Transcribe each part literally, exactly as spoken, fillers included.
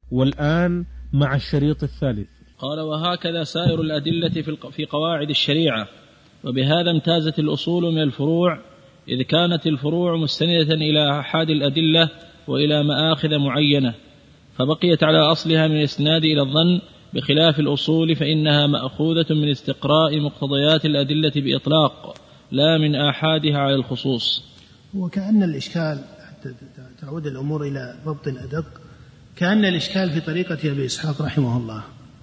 والآن مع الشريط الثالث. قال: وهكذا سائر الأدلة في قواعد الشريعة، وبهذا امتازت الأصول من الفروع، إذ كانت الفروع مستندة إلى أحد الأدلة وإلى مآخذ معينة، فبقيت على أصلها من الإسناد إلى الظن، بخلاف الأصول فإنها مأخوذة من استقراء مقتضيات الأدلة بإطلاق، لا من آحادها على الخصوص. وكأن الإشكال، حتى تعود الأمور إلى ضبط أدق، كأن الإشكال في طريقة أبي إسحاق رحمه الله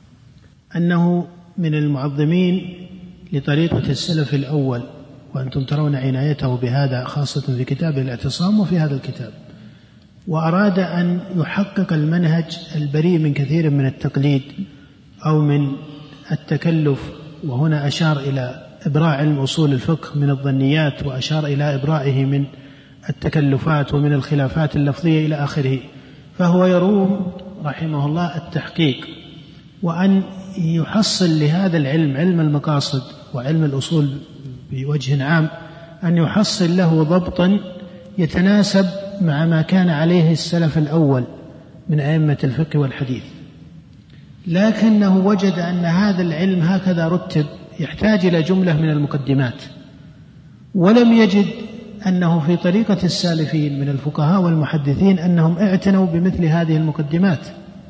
أنه من المعظمين لطريقة السلف الأول، وأنتم ترون عنايته بهذا خاصة في كتاب الاعتصام وفي هذا الكتاب، وأراد أن يحقق المنهج البريء من كثير من التقليد أو من التكلف. وهنا أشار إلى إبراء علم أصول الفقه من الظنيات، وأشار إلى إبرائه من التكلفات ومن الخلافات اللفظية إلى آخره. فهو يروم رحمه الله التحقيق، وأن يحصل لهذا العلم، علم المقاصد وعلم الأصول بوجه عام، أن يحصل له ضبطا يتناسب مع ما كان عليه السلف الأول من أئمة الفقه والحديث. لكنه وجد أن هذا العلم هكذا رتب يحتاج إلى جملة من المقدمات، ولم يجد أنه في طريقة السالفين من الفقهاء والمحدثين أنهم اعتنوا بمثل هذه المقدمات،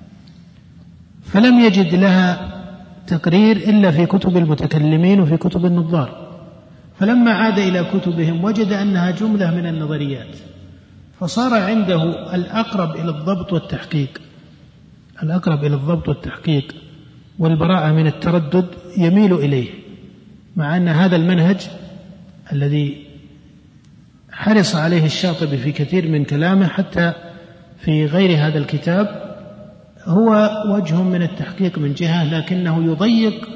فلم يجد لها تقرير إلا في كتب المتكلمين وفي كتب النظار. فلما عاد إلى كتبهم وجد أنها جملة من النظريات، فصار عنده الأقرب إلى الضبط والتحقيق، الأقرب إلى الضبط والتحقيق والبراءة من التردد يميل إليه، مع أن هذا المنهج الذي حرص عليه الشاطبي في كثير من كلامه حتى في غير هذا الكتاب هو وجه من التحقيق من جهة، لكنه يضيق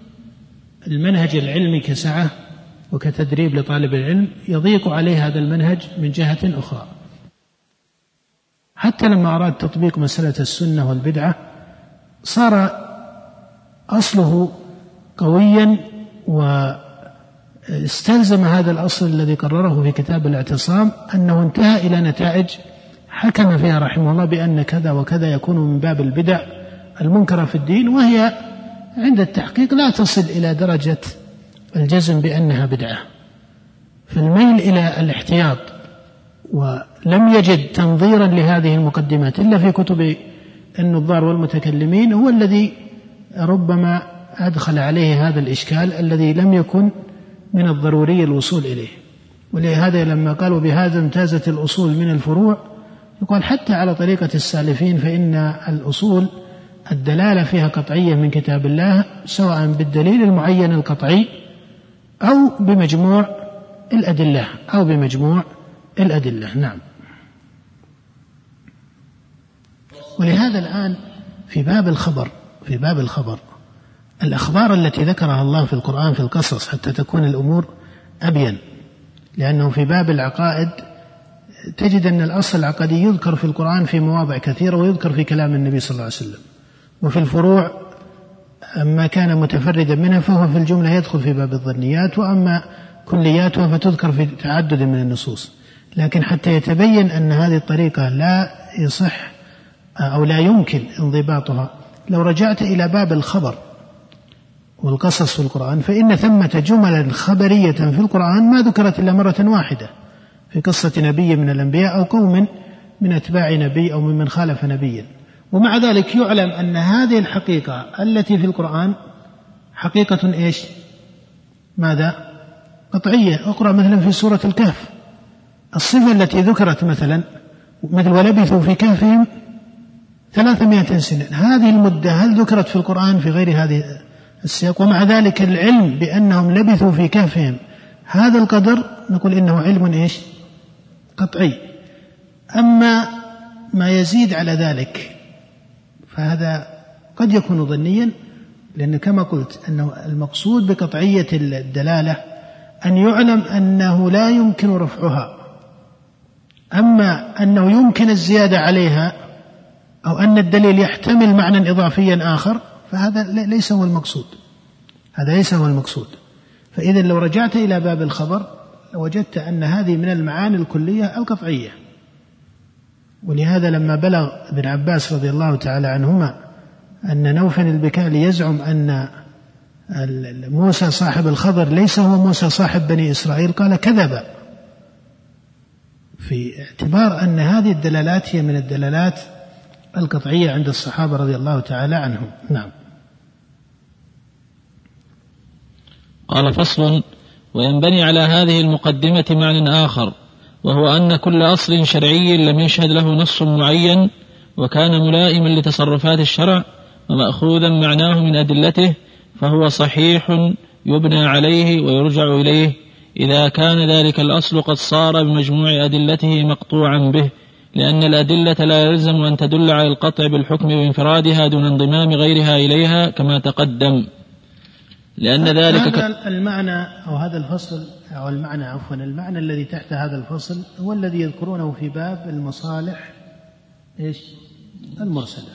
المنهج العلمي كسعة وكتدريب لطالب العلم، يضيق عليه هذا المنهج من جهة أخرى. حتى لما أراد تطبيق مسألة السنة والبدعة صار أصله قويا، واستلزم هذا الأصل الذي قرره في كتاب الاعتصام أنه انتهى إلى نتائج حكم فيها رحمه الله بأن كذا وكذا يكون من باب البدع المنكرة في الدين، وهي عند التحقيق لا تصل إلى درجة الجزم بأنها بدعة. فالميل إلى الاحتياط، ولم يجد تنظيرا لهذه المقدمات إلا في كتب النظار والمتكلمين، هو الذي ربما أدخل عليه هذا الإشكال الذي لم يكن من الضروري الوصول إليه. ولهذا لما قالوا بهذا امتازت الأصول من الفروع، يقول حتى على طريقة السالفين فإن الأصول الدلالة فيها قطعية من كتاب الله، سواء بالدليل المعين القطعي أو بمجموع الأدلة أو بمجموع الأدلة. نعم. ولهذا الآن في باب الخبر، في باب الخبر الأخبار التي ذكرها الله في القرآن في القصص حتى تكون الأمور أبين، لأنه في باب العقائد تجد أن الأصل العقدي يذكر في القرآن في مواضع كثيرة ويذكر في كلام النبي صلى الله عليه وسلم، وفي الفروع ما كان متفردا منها فهو في الجملة يدخل في باب الظنيات، وأما كلياتها فتذكر في تعدد من النصوص. لكن حتى يتبين أن هذه الطريقة لا يصح أو لا يمكن انضباطها، لو رجعت إلى باب الخبر والقصص في القرآن فإن ثمة جملا خبرية في القرآن ما ذكرت إلا مرة واحدة في قصة نبي من الأنبياء أو قوم من أتباع نبي أو ممن خالف نبيا، ومع ذلك يعلم أن هذه الحقيقة التي في القرآن حقيقة إيش؟ ماذا؟ قطعية. أقرأ مثلا في سورة الكهف الصفة التي ذكرت مثلا مثل ولبثوا في كهفهم ثلاثمائة سنة، هذه المدة هل ذكرت في القرآن في غير هذه السياق؟ ومع ذلك العلم بأنهم لبثوا في كهفهم هذا القدر نقول إنه علم إيش؟ قطعي. أما ما يزيد على ذلك فهذا قد يكون ظنيا، لأن كما قلت أنه المقصود بقطعية الدلالة أن يعلم أنه لا يمكن رفعها، أما أنه يمكن الزيادة عليها أو أن الدليل يحتمل معنى إضافيا آخر فهذا ليس هو المقصود، هذا ليس هو المقصود. فإذا لو رجعت إلى باب الخبر لوجدت أن هذه من المعاني الكلية القطعية، ولهذا لما بلغ ابن عباس رضي الله تعالى عنهما أن نوفل البكالي يزعم أن موسى صاحب الخضر ليس هو موسى صاحب بني إسرائيل، قال كذب، في اعتبار أن هذه الدلالات هي من الدلالات القطعية عند الصحابة رضي الله تعالى عنهم. نعم. قال فصل: وينبني على هذه المقدمة معنى آخر، وهو أن كل أصل شرعي لم يشهد له نص معين وكان ملائما لتصرفات الشرع ومأخوذا معناه من أدلته فهو صحيح يبنى عليه ويرجع إليه إذا كان ذلك الأصل قد صار بمجموع أدلته مقطوعا به، لأن الأدلة لا يلزم أن تدل على القطع بالحكم بانفرادها دون انضمام غيرها إليها كما تقدم، لأن ذلك هذا المعنى أو هذا الفصل أو المعنى عفوا المعنى الذي تحت هذا الفصل هو الذي يذكرونه في باب المصالح إيش المرسلة.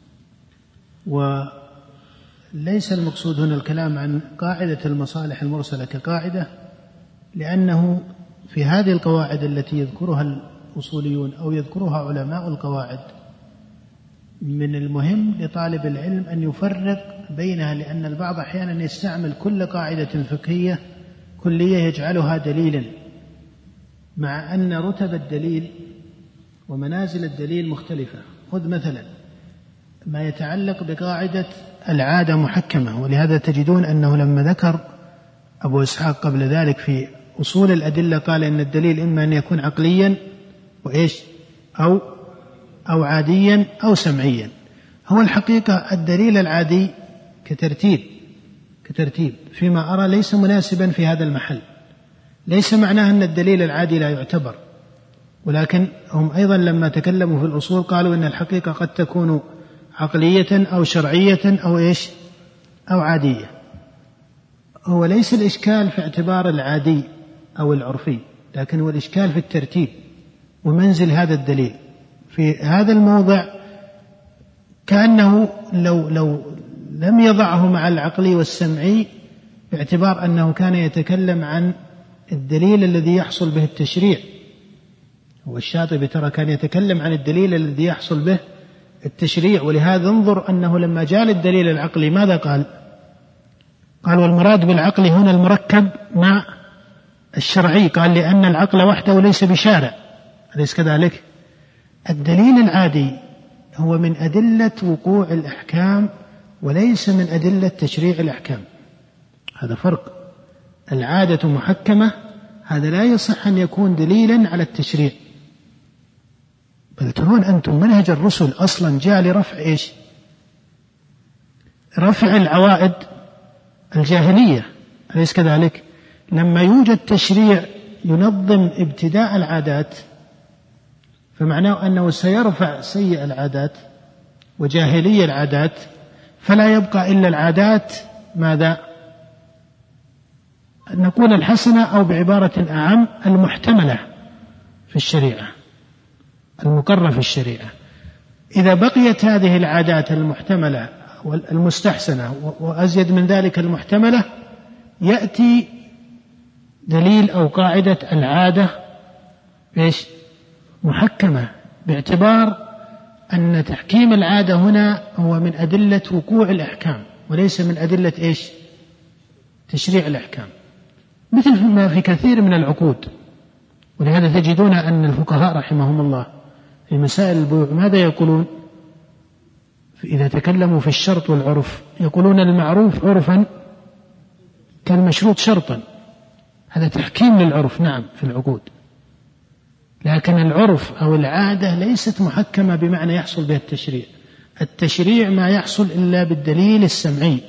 وليس المقصود هنا الكلام عن قاعدة المصالح المرسلة كقاعدة، لأنه في هذه القواعد التي يذكرها الأصوليون أو يذكرها علماء القواعد من المهم لطالب العلم أن يفرق بينها، لأن البعض أحيانا يستعمل كل قاعدة فقهية كلية يجعلها دليلا، مع أن رتب الدليل ومنازل الدليل مختلفة. خذ مثلا ما يتعلق بقاعدة العادة محكمة، ولهذا تجدون أنه لما ذكر أبو إسحاق قبل ذلك في أصول الأدلة قال إن الدليل إما أن يكون عقليا وإيش أو أو عاديا أو سمعيا. هو الحقيقة الدليل العادي كترتيب كترتيب فيما أرى ليس مناسبا في هذا المحل، ليس معناه أن الدليل العادي لا يعتبر، ولكن هم أيضا لما تكلموا في الأصول قالوا إن الحقيقة قد تكون عقلية أو شرعية أو إيش أو عادية. هو ليس الإشكال في اعتبار العادي أو العرفي، لكن هو الإشكال في الترتيب ومنزل هذا الدليل في هذا الموضع، كأنه لو, لو لم يضعه مع العقلي والسمعي باعتبار أنه كان يتكلم عن الدليل الذي يحصل به التشريع. والشاطبي ترى كان يتكلم عن الدليل الذي يحصل به التشريع، ولهذا انظر أنه لما جاء للدليل العقلي ماذا قال؟ قال والمراد بالعقل هنا المركب مع الشرعي، قال لأن العقل وحده ليس بشارع، أليس كذلك؟ الدليل العادي هو من أدلة وقوع الأحكام وليس من أدلة تشريع الأحكام، هذا فرق. العادة محكمة، هذا لا يصح أن يكون دليلا على التشريع، بل ترون أنتم منهج الرسل أصلا جاء لرفع إيش؟ رفع العوائد الجاهلية، أليس كذلك؟ لما يوجد تشريع ينظم ابتداء العادات فمعناه أنه سيرفع سيء العادات وجاهلية العادات، فلا يبقى إلا العادات ماذا؟ نقول الحسنة، أو بعبارة أعم المحتملة في الشريعة، المقررة في الشريعة. إذا بقيت هذه العادات المحتملة والمستحسنة وأزيد من ذلك المحتملة، يأتي دليل أو قاعدة العادة إيش؟ محكمة، باعتبار أن تحكيم العادة هنا هو من أدلة وقوع الأحكام وليس من أدلة إيش؟ تشريع الأحكام، مثل ما في كثير من العقود. ولهذا تجدون أن الفقهاء رحمهم الله في مسائل البيوع ماذا يقولون؟ إذا تكلموا في الشرط والعرف يقولون المعروف عرفا كالمشروط شرطا، هذا تحكيم للعرف نعم في العقود، لكن العرف أو العادة ليست محكمة بمعنى يحصل بها التشريع. التشريع ما يحصل إلا بالدليل السمعي،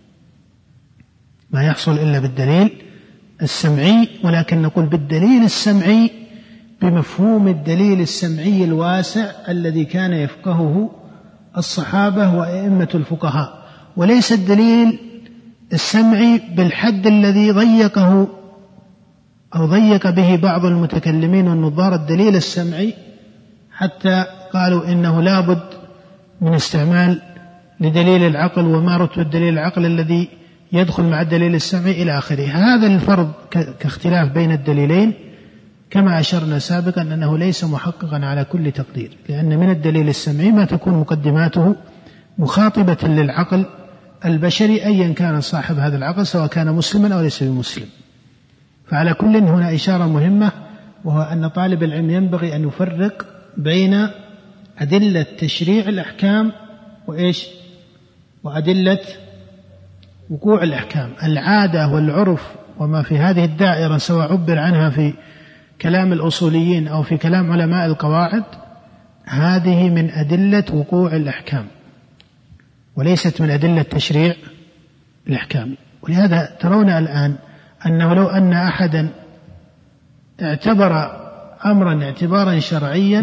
ما يحصل إلا بالدليل السمعي، ولكن نقول بالدليل السمعي بمفهوم الدليل السمعي الواسع الذي كان يفقهه الصحابة وأئمة الفقهاء، وليس الدليل السمعي بالحد الذي ضيقه أو ضيق به بعض المتكلمين والنظار الدليل السمعي، حتى قالوا إنه لابد من استعمال لدليل العقل وما رتب الدليل العقل الذي يدخل مع الدليل السمعي إلى آخره. هذا الفرض كاختلاف بين الدليلين كما أشرنا سابقا أنه ليس محققا على كل تقدير، لأن من الدليل السمعي ما تكون مقدماته مخاطبة للعقل البشري أيا كان صاحب هذا العقل سواء كان مسلما أو ليس بمسلم. فعلى كل هنا إشارة مهمة، وهو أن طالب العلم ينبغي أن يفرق بين أدلة تشريع الأحكام وإيش وأدلة وقوع الأحكام. العادة والعرف وما في هذه الدائرة سواء عبر عنها في كلام الأصوليين أو في كلام علماء القواعد، هذه من أدلة وقوع الأحكام وليست من أدلة تشريع الأحكام. ولهذا ترون الآن أنه لو أن أحدا اعتبر أمرا اعتبارا شرعيا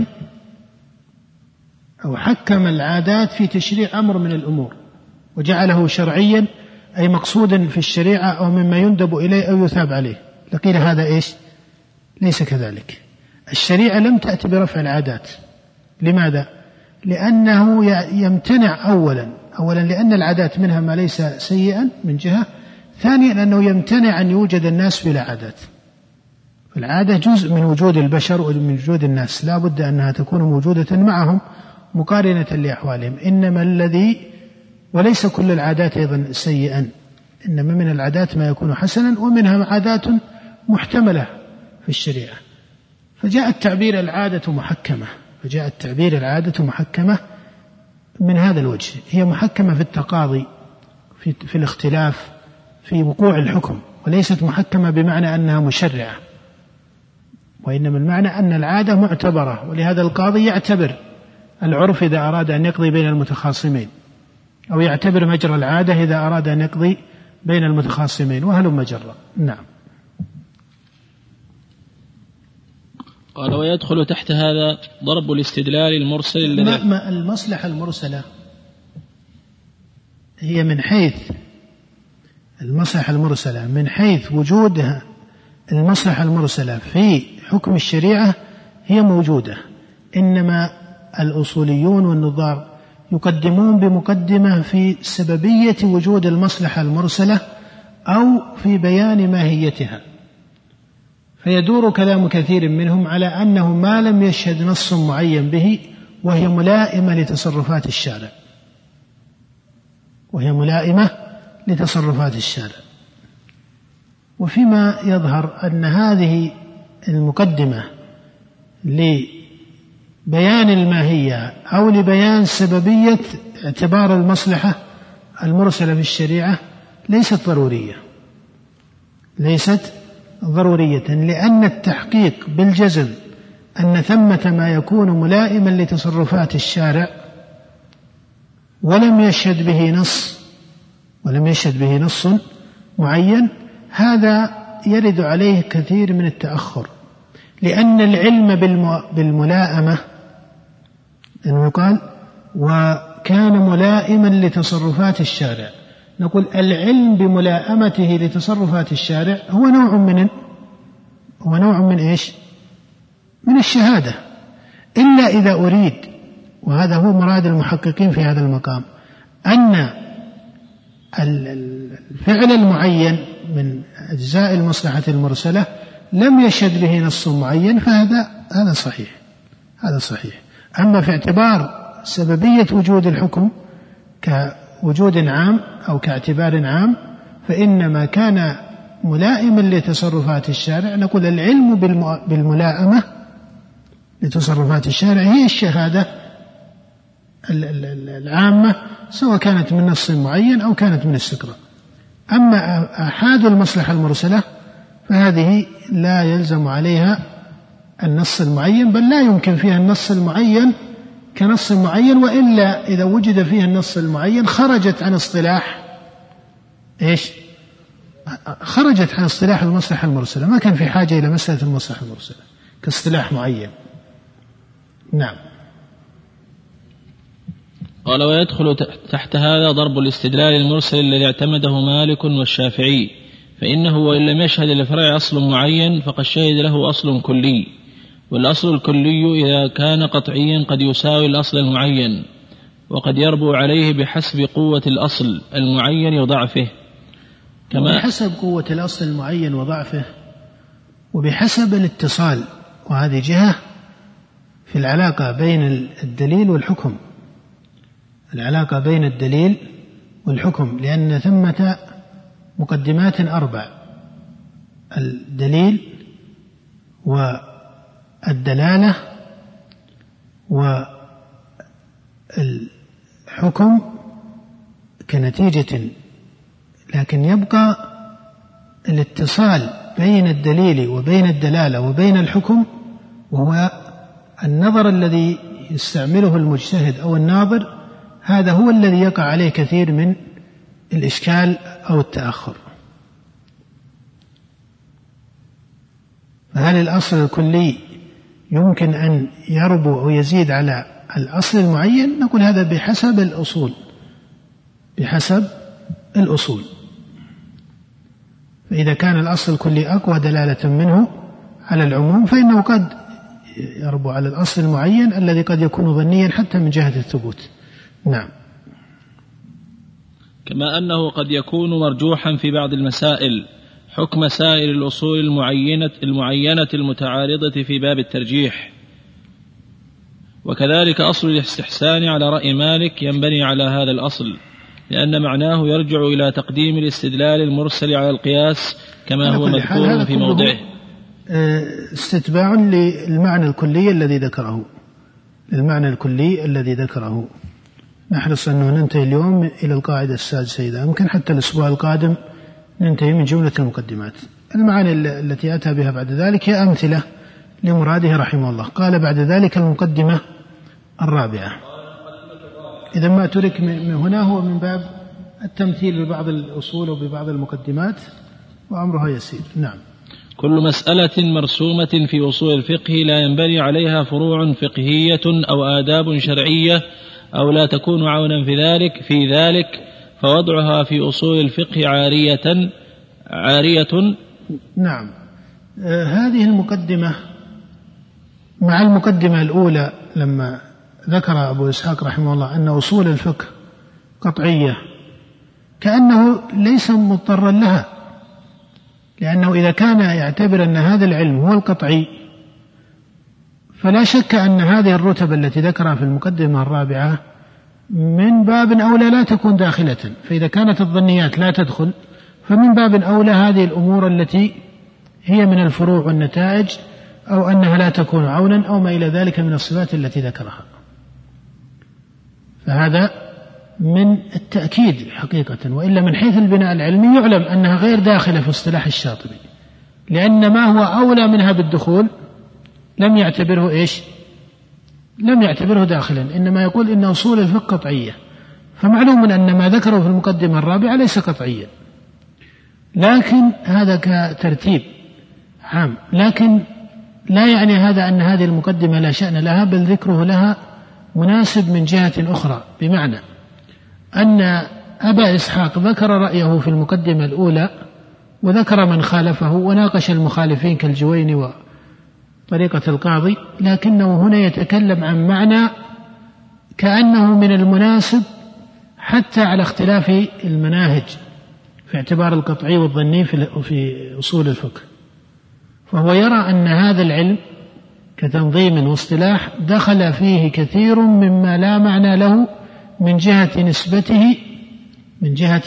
أو حكم العادات في تشريع أمر من الأمور وجعله شرعيا أي مقصودا في الشريعة أو مما يندب إليه أو يثاب عليه، لقيل هذا إيش؟ ليس كذلك. الشريعة لم تأتي برفع العادات. لماذا؟ لأنه يمتنع أولا أولا لأن العادات منها ما ليس سيئا من جهة، ثانيا لأنه يمتنع أن يوجد الناس بلا عادات. فالعادة جزء من وجود البشر ومن وجود الناس، لا بد أنها تكون موجودة معهم مقارنة لأحوالهم. إنما الذي وليس كل العادات أيضا سيئا، إنما من العادات ما يكون حسنا ومنها عادات محتملة في الشريعة. فجاء التعبير العادة محكمة فجاء التعبير العادة محكمة من هذا الوجه، هي محكمة في التقاضي في, في الاختلاف في وقوع الحكم، وليست محكمة بمعنى أنها مشرعة، وإنما المعنى أن العادة معتبرة. ولهذا القاضي يعتبر العرف إذا أراد أن يقضي بين المتخاصمين، أو يعتبر مجرى العادة إذا أراد أن يقضي بين المتخاصمين، وهلم جرا. نعم. قال ويدخل تحت هذا ضرب الاستدلال المرسل الذي المصلحة المرسلة هي من حيث المصلحة المرسلة من حيث وجودها المصلحة المرسلة في حكم الشريعة هي موجودة، إنما الأصوليون والنظار يقدمون بمقدمة في سببية وجود المصلحة المرسلة أو في بيان ماهيتها، فيدور كلام كثير منهم على أنه ما لم يشهد نص معين به وهي ملائمة لتصرفات الشارع وهي ملائمة لتصرفات الشارع وفيما يظهر أن هذه المقدمة لبيان الماهية أو لبيان سببية اعتبار المصلحة المرسلة في الشريعة ليست ضرورية ليست ضرورية لأن التحقيق بالجزم أن ثمة ما يكون ملائما لتصرفات الشارع ولم يشهد به نص ولم يشهد به نص معين، هذا يرد عليه كثير من التأخر، لأن العلم بالملائمة أنه يقال وكان ملائما لتصرفات الشارع، نقول العلم بملائمته لتصرفات الشارع هو نوع من هو نوع من إيش؟ من الشهادة، إلا إذا أريد، وهذا هو مراد المحققين في هذا المقام، أن الفعل المعين من أجزاء المصلحة المرسلة لم يشهد به نص معين، فهذا هذا صحيح هذا صحيح. أما في اعتبار سببية وجود الحكم كوجود عام أو كاعتبار عام، فإنما كان ملائما لتصرفات الشارع، نقول العلم بالملائمة لتصرفات الشارع هي الشهادة العامة سواء كانت من نص معين أو كانت من استقراء. أما آحاد المصلحة المرسلة فهذه لا يلزم عليها النص المعين، بل لا يمكن فيها النص المعين كنص معين، وإلا إذا وجد فيها النص المعين خرجت عن اصطلاح إيش؟ خرجت عن اصطلاح المصلحة المرسلة، ما كان في حاجة إلى مسألة المصلحة المرسلة كاصطلاح معين. نعم. قال ويدخل تحت هذا ضرب الاستدلال المرسل الذي اعتمده مالك والشافعي، فإنه وإن لم يشهد لفرع أصل معين فقد شهد له أصل كلي، والأصل الكلي إذا كان قطعيا قد يساوي الأصل المعين، وقد يربو عليه بحسب قوة الأصل المعين وضعفه، كما بحسب قوة الأصل المعين وضعفه، وبحسب الاتصال وهذه جهة في العلاقة بين الدليل والحكم، العلاقة بين الدليل والحكم، لأن ثمة مقدمات أربع: الدليل والدلالة والحكم كنتيجة، لكن يبقى الاتصال بين الدليل وبين الدلالة وبين الحكم، وهو النظر الذي يستعمله المجتهد أو الناظر، هذا هو الذي يقع عليه كثير من الإشكال أو التأخر. فهل الأصل الكلي يمكن أن يربو أو يزيد على الأصل المعين؟ نقول هذا بحسب الأصول، بحسب الأصول. فإذا كان الأصل الكلي أقوى دلالة منه على العموم فإنه قد يربو على الأصل المعين الذي قد يكون ظنيا حتى من جهة الثبوت. نعم. كما أنه قد يكون مرجوحا في بعض المسائل حكم سائر الأصول المعينة, المعينة المتعارضة في باب الترجيح. وكذلك أصل الاستحسان على رأي مالك ينبني على هذا الأصل، لأن معناه يرجع إلى تقديم الاستدلال المرسل على القياس كما هو مذكور في موضعه. استتباع للمعنى الكلي الذي ذكره، المعنى الكلي الذي ذكره. نحرص أنه ننتهي اليوم إلى القاعدة السادسة، إذا يمكن حتى الأسبوع القادم ننتهي من جملة المقدمات. المعاني التي أتى بها بعد ذلك هي أمثلة لمراده رحمه الله. قال بعد ذلك المقدمة الرابعة. إذا ما ترك من هنا هو من باب التمثيل ببعض الأصول وببعض المقدمات، وأمرها يسير. نعم. كل مسألة مرسومة في أصول الفقه لا ينبني عليها فروع فقهية أو آداب شرعية أو لا تكون عونا في ذلك في ذلك فوضعها في أصول الفقه عارية عارية. نعم. آه هذه المقدمة مع المقدمة الأولى لما ذكر أبو إسحاق رحمه الله أن أصول الفقه قطعية، كأنه ليس مضطرا لها، لأنه إذا كان يعتبر أن هذا العلم هو القطعي فلا شك أن هذه الرتب التي ذكرها في المقدمة الرابعة من باب أولى لا تكون داخلة. فإذا كانت الظنيات لا تدخل فمن باب أولى هذه الأمور التي هي من الفروع والنتائج، أو أنها لا تكون عونا أو ما إلى ذلك من الصفات التي ذكرها. فهذا من التأكيد حقيقة، وإلا من حيث البناء العلمي يعلم أنها غير داخلة في اصطلاح الشاطبي، لأن ما هو أولى منها بالدخول لم يعتبره إيش؟ لم يعتبره داخلا، إنما يقول إن أصول الفقه قطعية. فمعلوم أن ما ذكره في المقدمة الرابعة ليس قطعيا، لكن هذا كترتيب عام، لكن لا يعني هذا أن هذه المقدمة لا شأن لها، بل ذكره لها مناسب من جهة أخرى، بمعنى أن أبا إسحاق ذكر رأيه في المقدمة الأولى وذكر من خالفه وناقش المخالفين كالجويني وطريقة القاضي، لكنه هنا يتكلم عن معنى كأنه من المناسب حتى على اختلاف المناهج في اعتبار القطعي والظني في أصول الفقه. فهو يرى أن هذا العلم كتنظيم واصطلاح دخل فيه كثير مما لا معنى له من جهة نسبته من جهة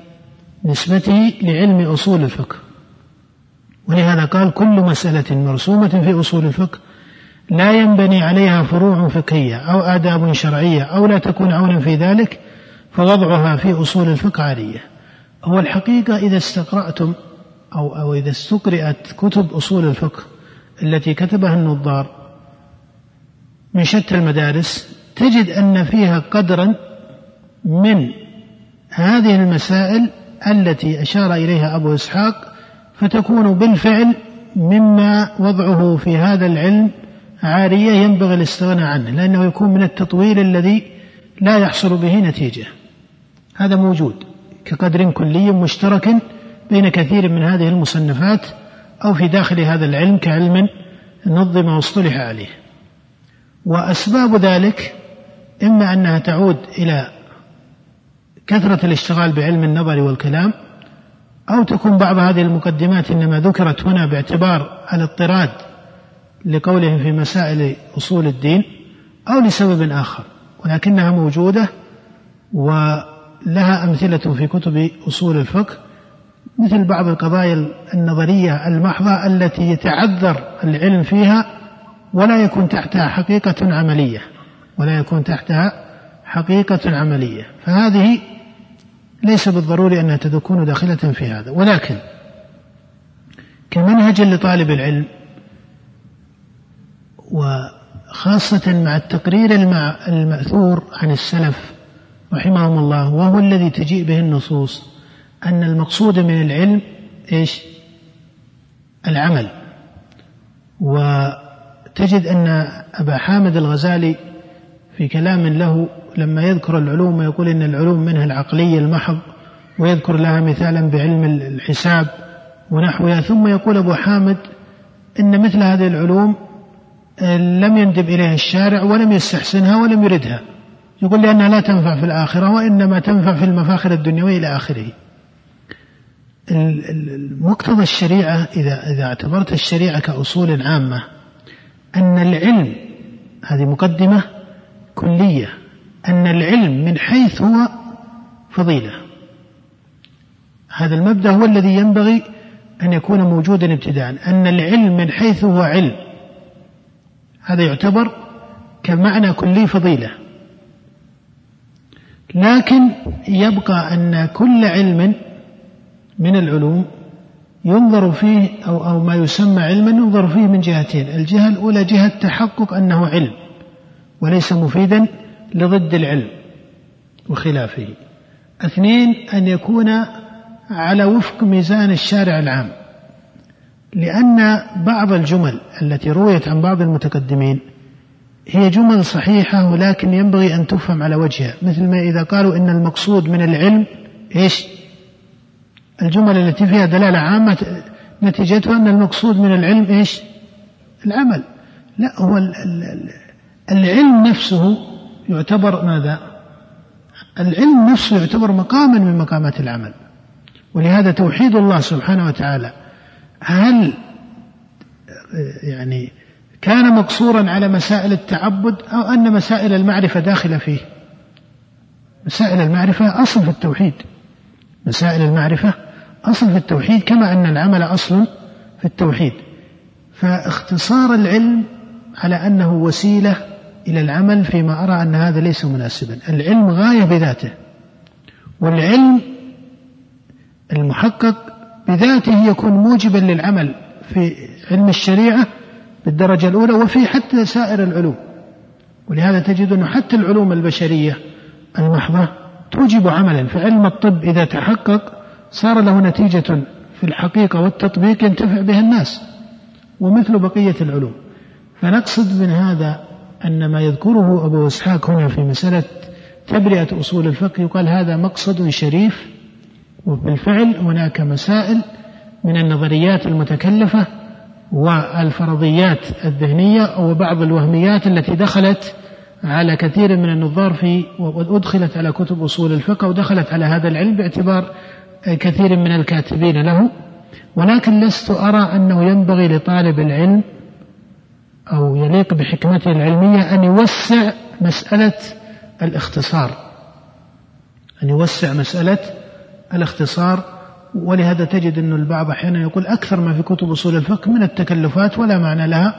نسبته لعلم أصول الفقه. ولهذا قال كل مسألة مرسومة في أصول الفقه لا ينبني عليها فروع فقهية أو آداب شرعية أو لا تكون عونا في ذلك فوضعها في أصول الفقه عارية. هو الحقيقة إذا استقرأتم أو, أو إذا استقرأت كتب أصول الفقه التي كتبها النظار من شتى المدارس تجد أن فيها قدرا من هذه المسائل التي أشار إليها أبو إسحاق، فتكون بالفعل مما وضعه في هذا العلم عارية ينبغي الاستغناء عنه، لأنه يكون من التطويل الذي لا يحصل به نتيجة. هذا موجود كقدر كلي مشترك بين كثير من هذه المصنفات أو في داخل هذا العلم كعلم نظم واصطلح عليه. وأسباب ذلك إما أنها تعود إلى كثرة الاشتغال بعلم النظر والكلام، أو تكون بعض هذه المقدمات إنما ذكرت هنا باعتبار الاضطراد لقولهم في مسائل أصول الدين أو لسبب آخر، ولكنها موجودة ولها أمثلة في كتب أصول الفقه، مثل بعض القضايا النظرية المحضة التي يتعذر العلم فيها ولا يكون تحتها حقيقة عملية ولا يكون تحتها حقيقة عملية، فهذه ليس بالضروري أنها تكون داخلة في هذا. ولكن كمنهج لطالب العلم، وخاصة مع التقرير المأثور عن السلف رحمهم الله، وهو الذي تجيء به النصوص، أن المقصود من العلم إيش؟ العمل. وتجد أن أبا حامد الغزالي في كلام له لما يذكر العلوم يقول إن العلوم منها العقلية المحض، ويذكر لها مثالا بعلم الحساب ونحوها، ثم يقول أبو حامد إن مثل هذه العلوم لم يندب إليها الشارع ولم يستحسنها ولم يردها، يقول لأنها لا تنفع في الآخرة وإنما تنفع في المفاخر الدنيوية إلى آخره. مقتضى الشريعة إذا, إذا اعتبرت الشريعة كأصول عامة أن العلم، هذه مقدمة كلية، أن العلم من حيث هو فضيلة، هذا المبدأ هو الذي ينبغي أن يكون موجودا ابتداء، أن العلم من حيث هو علم هذا يعتبر كمعنى كلي فضيلة. لكن يبقى أن كل علم من العلوم ينظر فيه أو, أو ما يسمى علما ينظر فيه من جهتين: الجهة الأولى جهة تحقق أنه علم وليس مفيدا لضد العلم وخلافه. اثنين، أن يكون على وفق ميزان الشارع العام، لأن بعض الجمل التي رويت عن بعض المتقدمين هي جمل صحيحة ولكن ينبغي أن تفهم على وجهها، مثل ما إذا قالوا إن المقصود من العلم إيش؟ الجمل التي فيها دلالة عامة نتيجتها أن المقصود من العلم إيش؟ العمل. لا، هو العلم نفسه يعتبر ماذا؟ العلم نفسه يعتبر مقاما من مقامات العمل. ولهذا توحيد الله سبحانه وتعالى هل يعني كان مقصورا على مسائل التعبد أو أن مسائل المعرفة داخلة فيه؟ مسائل المعرفة أصل في التوحيد، مسائل المعرفة أصل في التوحيد، كما أن العمل أصل في التوحيد. فاختصار العلم على أنه وسيلة إلى العمل فيما أرى أن هذا ليس مناسبا. العلم غاية بذاته، والعلم المحقق بذاته يكون موجبا للعمل في علم الشريعة بالدرجة الأولى وفي حتى سائر العلوم. ولهذا تجد أنه حتى العلوم البشرية المحضة توجب عملا. في علم الطب إذا تحقق صار له نتيجة في الحقيقة والتطبيق ينتفع بها الناس، ومثل بقية العلوم. فنقصد من هذا أن ما يذكره أبو إسحاق هنا في مسألة تبرئة أصول الفقه يقال هذا مقصد شريف، وبالفعل هناك مسائل من النظريات المتكلفة والفرضيات الذهنية وبعض الوهميات التي دخلت على كثير من النظار في وأدخلت على كتب أصول الفقه ودخلت على هذا العلم باعتبار كثير من الكاتبين له. ولكن لست أرى أنه ينبغي لطالب العلم أو يليق بحكمته العلمية أن يوسع مسألة الاختصار أن يوسع مسألة الاختصار. ولهذا تجد أن البعض أحيانا يقول أكثر ما في كتب أصول الفقه من التكلفات ولا معنى لها،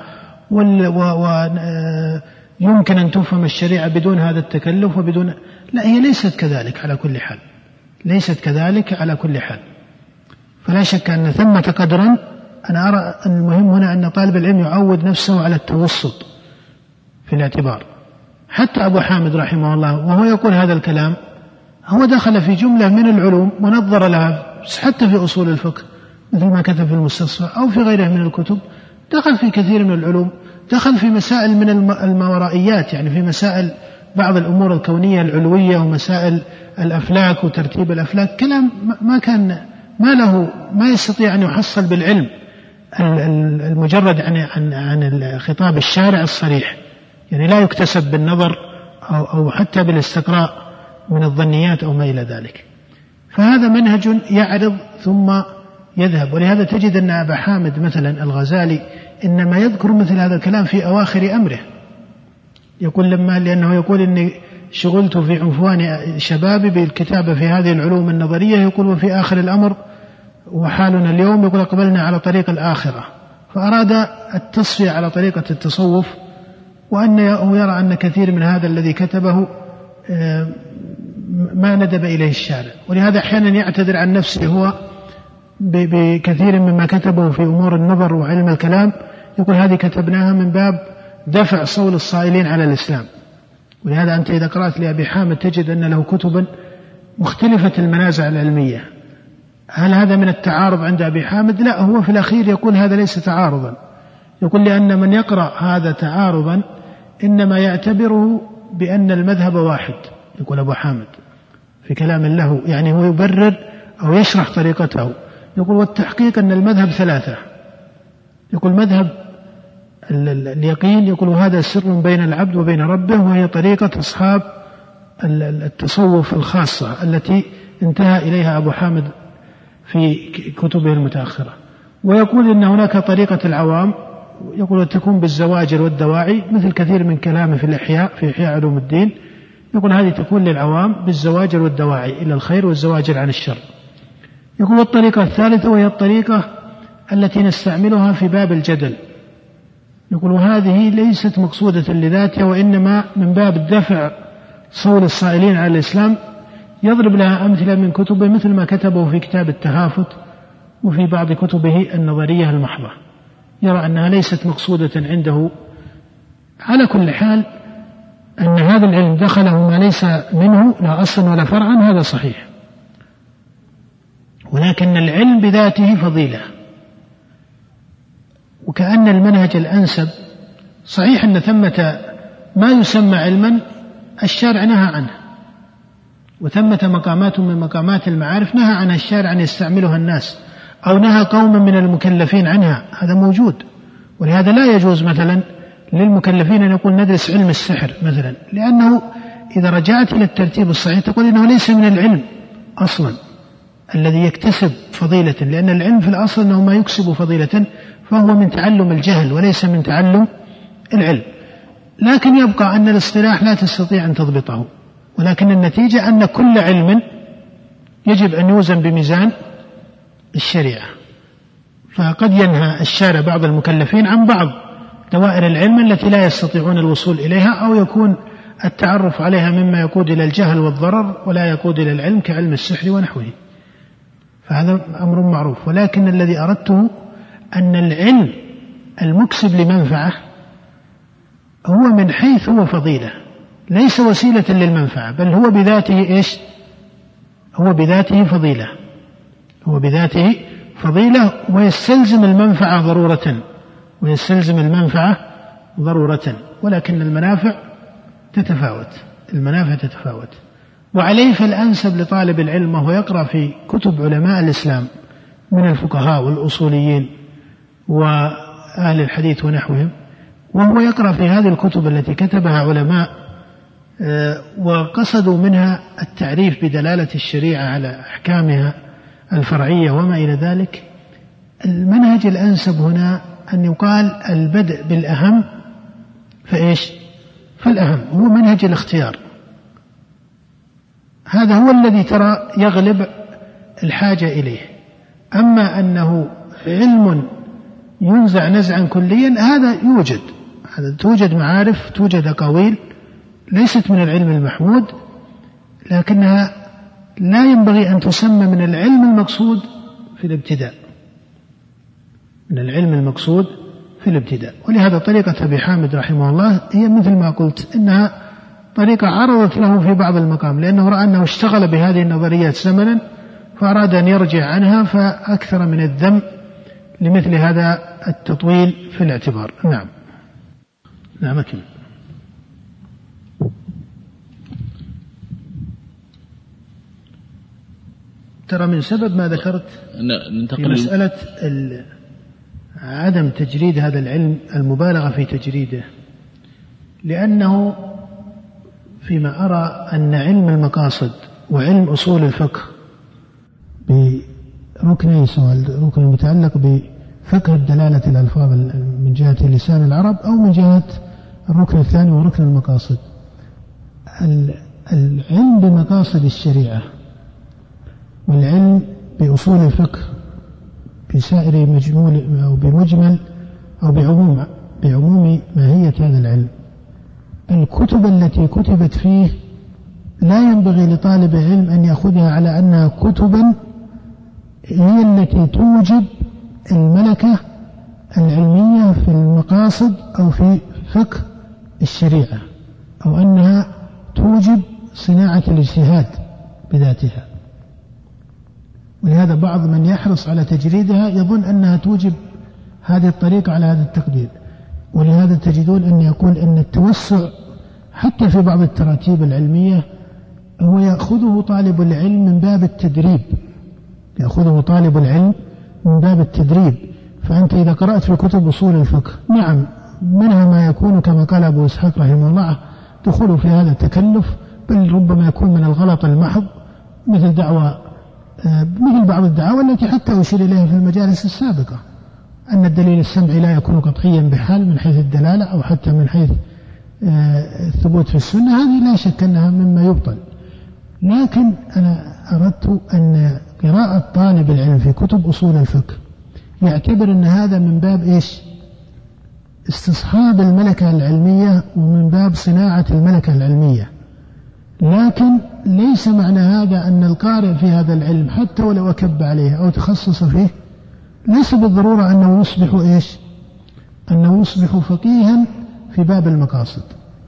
ويمكن أن تفهم الشريعة بدون هذا التكلف وبدون. لا، هي ليست كذلك على كل حال، ليست كذلك على كل حال. فلا شك أن ثمة قدرا. أنا أرى أن المهم هنا أن طالب العلم يعود نفسه على التوسط في الاعتبار. حتى أبو حامد رحمه الله وهو يقول هذا الكلام هو دخل في جملة من العلوم ونظر لها حتى في أصول الفقه مثل ما كتب في المستصفى أو في غيره من الكتب، دخل في كثير من العلوم، دخل في مسائل من الماورائيات، يعني في مسائل بعض الأمور الكونية العلوية ومسائل الأفلاك وترتيب الأفلاك، كلام ما كان ما له ما يستطيع أن يحصل بالعلم المجرد عن عن عن الخطاب الشارع الصريح، يعني لا يكتسب بالنظر أو أو حتى بالاستقراء من الظنيات أو ما إلى ذلك. فهذا منهج يعرض ثم يذهب. ولهذا تجد أن أبا حامد مثلا الغزالي إنما يذكر مثل هذا الكلام في أواخر أمره، يقول لما لأنه يقول إني شغلت في عنفوان شبابي بالكتابة في هذه العلوم النظرية، يقول وفي آخر الأمر وحالنا اليوم يقول أقبلنا على طريق الآخرة، فأراد التصفية على طريقة التصوف، وأنه يرى أن كثير من هذا الذي كتبه ما ندب إليه الشارع، ولهذا أحيانا يعتذر عن نفسه هو بكثير مما كتبه في أمور النظر وعلم الكلام، يقول هذه كتبناها من باب دفع صول الصائلين على الإسلام. ولهذا أنت إذا قرأت لأبي حامد تجد أن له كتبا مختلفة المنازع العلمية. هل هذا من التعارض عند أبي حامد؟ لا، هو في الأخير يقول هذا ليس تعارضا، يقول لأن من يقرأ هذا تعارضا إنما يعتبره بأن المذهب واحد، يقول أبو حامد في كلام له، يعني هو يبرر أو يشرح طريقته، يقول والتحقيق أن المذهب ثلاثة، يقول مذهب اليقين، يقول وهذا سر بين العبد وبين ربه، وهي طريقة أصحاب التصوف الخاصة التي انتهى إليها أبو حامد في كتبه المتأخرة. ويقول إن هناك طريقة العوام، يقول تكون بالزواجر والدواعي، مثل كثير من كلامه في الإحياء في إحياء علوم الدين، يقول هذه تكون للعوام بالزواجر والدواعي إلى الخير والزواجر عن الشر. يقول الطريقة الثالثة وهي الطريقة التي نستعملها في باب الجدل، يقول وهذه ليست مقصودة لذاتها، وإنما من باب الدفع صول الصائلين على الإسلام. يضرب لها أمثلة من كتبه مثل ما كتبه في كتاب التهافت وفي بعض كتبه النظرية المحضة، يرى أنها ليست مقصودة عنده. على كل حال أن هذا العلم دخله ما ليس منه لا أصلا ولا فرعا، هذا صحيح، ولكن العلم بذاته فضيلة، وكأن المنهج الأنسب صحيح أن ثمة ما يسمى علما الشارع نهى عنه، وثمة مقامات من مقامات المعارف نهى عنها الشارع أن يستعملها الناس، أو نهى قوما من المكلفين عنها، هذا موجود. ولهذا لا يجوز مثلا للمكلفين أن يقول ندرس علم السحر مثلا، لأنه إذا رجعت إلى الترتيب الصحيح تقول إنه ليس من العلم أصلا الذي يكتسب فضيلة، لأن العلم في الأصل أنه ما يكسب فضيلة، فهو من تعلم الجهل وليس من تعلم العلم. لكن يبقى أن الاصطلاح لا تستطيع أن تضبطه، ولكن النتيجة أن كل علم يجب أن يوزن بميزان الشريعة. فقد ينهى الشارع بعض المكلفين عن بعض دوائر العلم التي لا يستطيعون الوصول إليها، أو يكون التعرف عليها مما يقود إلى الجهل والضرر ولا يقود إلى العلم كعلم السحر ونحوه، فهذا أمر معروف. ولكن الذي أردته أن العلم المكسب لمنفعة هو من حيث هو فضيلة، ليس وسيلة للمنفعة، بل هو بذاته إيش؟ هو بذاته فضيلة، هو بذاته فضيلة ويستلزم المنفعة ضرورة، ويستلزم المنفعة ضرورة، ولكن المنافع تتفاوت، المنافع تتفاوت. وعليه فالأنسب لطالب العلم وهو يقرأ في كتب علماء الإسلام من الفقهاء والأصوليين وأهل الحديث ونحوهم، وهو يقرأ في هذه الكتب التي كتبها علماء وقصدوا منها التعريف بدلالة الشريعة على أحكامها الفرعية وما إلى ذلك. المنهج الأنسب هنا أن يقال البدء بالأهم فإيش؟ فالأهم هو منهج الاختيار، هذا هو الذي ترى يغلب الحاجة إليه. أما أنه علم ينزع نزعا كليا هذا يوجد، هذا توجد معارف، توجد أقاويل ليست من العلم المحمود، لكنها لا ينبغي أن تسمى من العلم المقصود في الابتداء، من العلم المقصود في الابتداء. ولهذا طريقة أبي حامد رحمه الله هي مثل ما قلت إنها طريقة عرضت له في بعض المقام، لأنه رأى أنه اشتغل بهذه النظريات زمنا فأراد أن يرجع عنها، فأكثر من الذم لمثل هذا التطويل في الاعتبار. نعم نعم أكمل. ترى من سبب ما ذكرت في مسألة عدم تجريد هذا العلم، المبالغة في تجريده، لأنه فيما أرى أن علم المقاصد وعلم أصول الفقه بركنين، الركن المتعلق فقه الدلالة الألفاظ من جهة لسان العرب أو من جهة الركن الثاني وركن المقاصد. العلم بمقاصد الشريعة والعلم بأصول الفقه بسائر مجمول أو بمجمل أو بعموم بعموم ماهية هذا العلم، الكتب التي كتبت فيه لا ينبغي لطالب علم أن يأخذها على أنها كتبا هي التي توجب الملكة العلمية في المقاصد أو في فقه الشريعة، أو أنها توجب صناعة الاجتهاد بذاتها. ولهذا بعض من يحرص على تجريدها يظن أنها توجب هذه الطريقة على هذا التقدير. ولهذا تجدون أن يقول أن التوسع حتى في بعض التراتيب العلمية هو يأخذه طالب العلم من باب التدريب، يأخذه طالب العلم من باب التدريب. فأنت إذا قرأت في كتب أصول الفقه نعم منها ما يكون كما قال أبو إسحاق رحمه الله دخول في هذا التكلف، بل ربما يكون من الغلط المحض، مثل دعوة مثل بعض الدعاوى التي حتى أشير إليها في المجالس السابقة، أن الدليل السمعي لا يكون قطعيا بحال من حيث الدلالة أو حتى من حيث الثبوت في السنة. هذه لا شك أنها مما يبطل. لكن أنا أردت أن قراءة طالب العلم في كتب أصول الفقه يعتبر أن هذا من باب إيش؟ استصحاب الملكة العلمية ومن باب صناعة الملكة العلمية. لكن ليس معنى هذا أن القارئ في هذا العلم حتى ولو أكب عليه أو تخصص فيه ليس بالضرورة أنه يصبح إيش؟ أنه يصبح فقيها في باب المقاصد،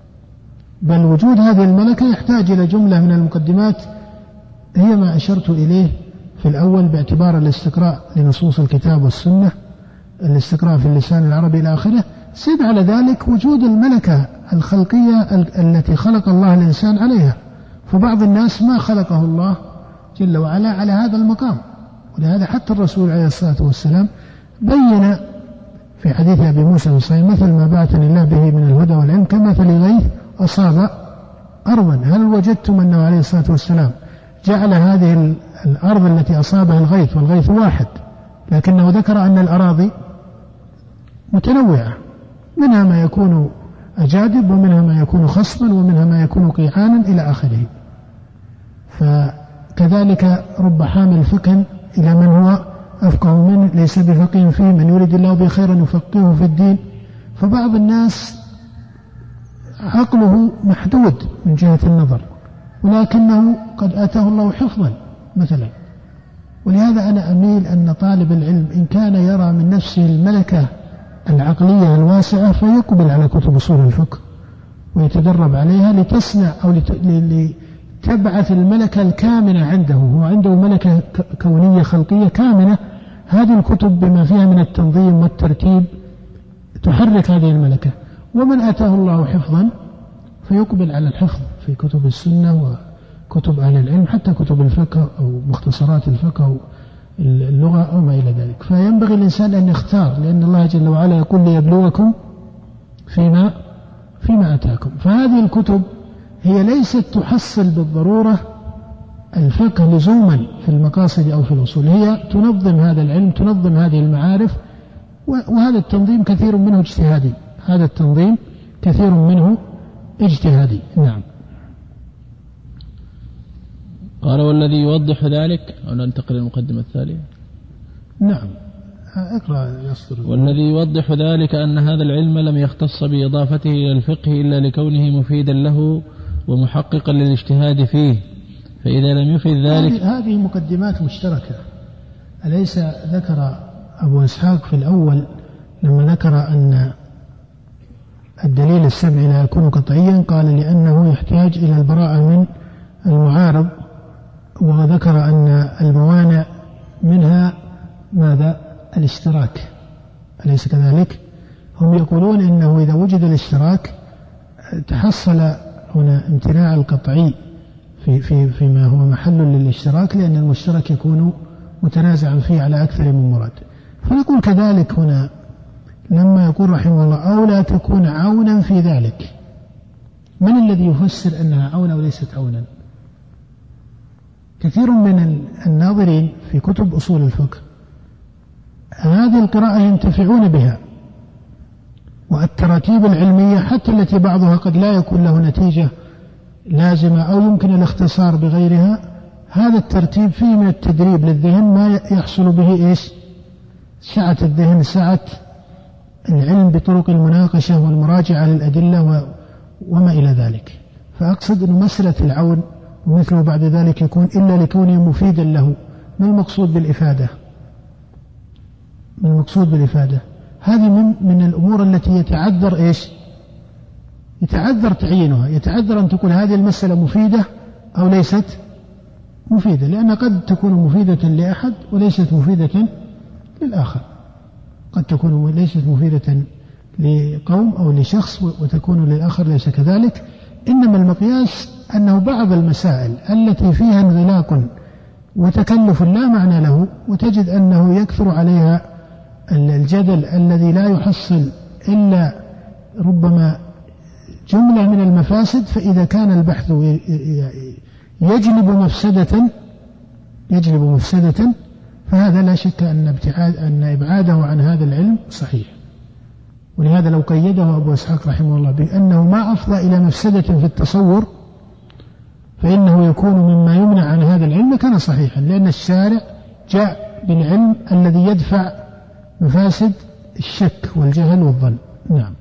بل وجود هذه الملكة يحتاج إلى جملة من المقدمات هي ما أشرت إليه في الأول باعتبار الاستقراء لنصوص الكتاب والسنة، الاستقراء في اللسان العربي إلى آخره. زد على ذلك وجود الملكة الخلقية التي خلق الله الإنسان عليها، فبعض الناس ما خلقه الله جل وعلا على هذا المقام. ولهذا حتى الرسول عليه الصلاة والسلام بين في حديث أبي موسى الصحيح مثل ما بعثني الله به من الهدى والعلم كمثل غيث أصاب أرضا. هل وجدتم أنه عليه الصلاة والسلام جعل هذه الأرض التي أصابها الغيث والغيث واحد، لكنه ذكر أن الأراضي متنوعة، منها ما يكون أجادب ومنها ما يكون خصبا ومنها ما يكون قيعانا إلى آخره. فكذلك رب حامل فقه إلى من هو أفقه منه ليس بفقيه فيه، من يريد الله به خيرا يفقهه في الدين. فبعض الناس عقله محدود من جهة النظر، ولكنه قد آتاه الله حفظا مثلا. ولهذا أنا أميل أن طالب العلم إن كان يرى من نفسه الملكة العقلية الواسعة فيقبل على كتب أصول الفقه ويتدرب عليها لتصنع أو لتبعث الملكة الكامنة عنده. هو عنده ملكة كونية خلقية كامنة، هذه الكتب بما فيها من التنظيم والترتيب تحرك هذه الملكة. ومن آتاه الله حفظا فيقبل على الحفظ في كتب السنة وكتب أهل العلم، حتى كتب الفقه أو مختصرات الفقه أو اللغة أو ما إلى ذلك. فينبغي الإنسان أن يختار، لأن الله جل وعلا يقول ليبلوكم فيما فيما أتاكم. فهذه الكتب هي ليست تحصل بالضرورة الفقه لزوما في المقاصد أو في الأصول، هي تنظم هذا العلم، تنظم هذه المعارف. وهذا التنظيم كثير منه اجتهادي، هذا التنظيم كثير منه اجتهادي. نعم. قال والذي يوضح ذلك، أو ننتقل للمقدمة الثانية. نعم اقرأ يصدر. والذي يوضح ذلك أن هذا العلم لم يختص بإضافته إلى الفقه إلا لكونه مفيدا له ومحققا للاجتهاد فيه، فإذا لم يفد ذلك. هذه مقدمات مشتركة. أليس ذكر أبو إسحاق في الأول لما ذكر أن الدليل السمعي لا يكون قطعيا قال لأنه يحتاج إلى البراءة من المعارض، وذكر أن الموانع منها ماذا؟ الاشتراك. أليس كذلك؟ هم يقولون إنه إذا وجد الاشتراك تحصل هنا امتناع القطعي في في فيما هو محل للاشتراك، لأن المشترك يكون متنازعا فيه على أكثر من مراد. فنقول كذلك هنا لما يقول رحمه الله أو لا تكون عونا في ذلك، من الذي يفسر أنها عونا وليست عونا؟ كثير من الناظرين في كتب أصول الفقه هذه القراءة ينتفعون بها. والتراتيب العلمية حتى التي بعضها قد لا يكون له نتيجة لازمة أو يمكن الاختصار بغيرها، هذا الترتيب فيه من التدريب للذهن ما يحصل به إيش؟ سعة الذهن، سعة العلم بطرق المناقشة والمراجعة للأدلة وما إلى ذلك. فأقصد أن مسألة العون ومثله بعد ذلك يكون إلا لكونه مفيدا له. ما المقصود بالإفادة؟ ما المقصود بالإفادة؟ هذه من, من الأمور التي يتعذر إيش؟ يتعذر تعيينها، يتعذر أن تكون هذه المسألة مفيدة أو ليست مفيدة، لأن قد تكون مفيدة لأحد وليست مفيدة للآخر، قد تكون ليست مفيدة لقوم أو لشخص وتكون للآخر ليس كذلك. إنما المقياس أنه بعض المسائل التي فيها انغلاق وتكلف لا معنى له وتجد أنه يكثر عليها الجدل الذي لا يحصل إلا ربما جملة من المفاسد، فإذا كان البحث يجلب مفسدة يجلب مفسدة فهذا لا شك أن ابتعاد أن إبعاده عن هذا العلم صحيح. ولهذا لو قيده أبو إسحاق رحمه الله بأنه ما أفضى إلى مفسدة في التصور فإنه يكون مما يمنع عن هذا العلم كان صحيحا، لأن الشارع جاء بالعلم الذي يدفع مفاسد الشك والجهل والظن. نعم.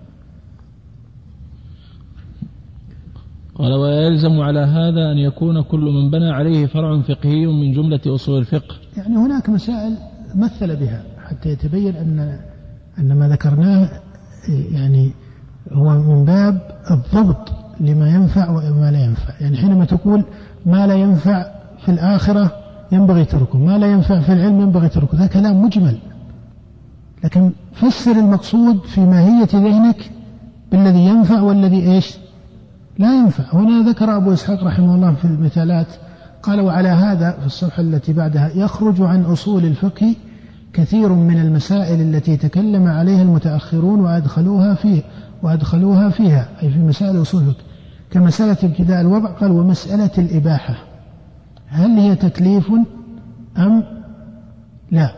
قال: ويلزم على هذا أن يكون كل من بنى عليه فرع فقهي من جملة أصول الفقه. يعني هناك مسائل مثل بها حتى يتبين أن أن ما ذكرناه يعني هو من باب الضبط لما ينفع وما لا ينفع. يعني حينما تقول ما لا ينفع في الآخرة ينبغي تركه، ما لا ينفع في العلم ينبغي تركه، هذا كلام مجمل، لكن فسر المقصود في ماهية ذهنك بالذي ينفع والذي إيش لا ينفع. هنا ذكر أبو إسحاق رحمه الله في المثالات قال: وعلى هذا في الصفحة التي بعدها يخرج عن أصول الفقه كثير من المسائل التي تكلم عليها المتأخرون وأدخلوها فيه وأدخلوها فيها أي في مسائل أصول الفقه، كمسألة ابتداء الوضع. قال: ومسألة الإباحة هل هي تكليف أم لا؟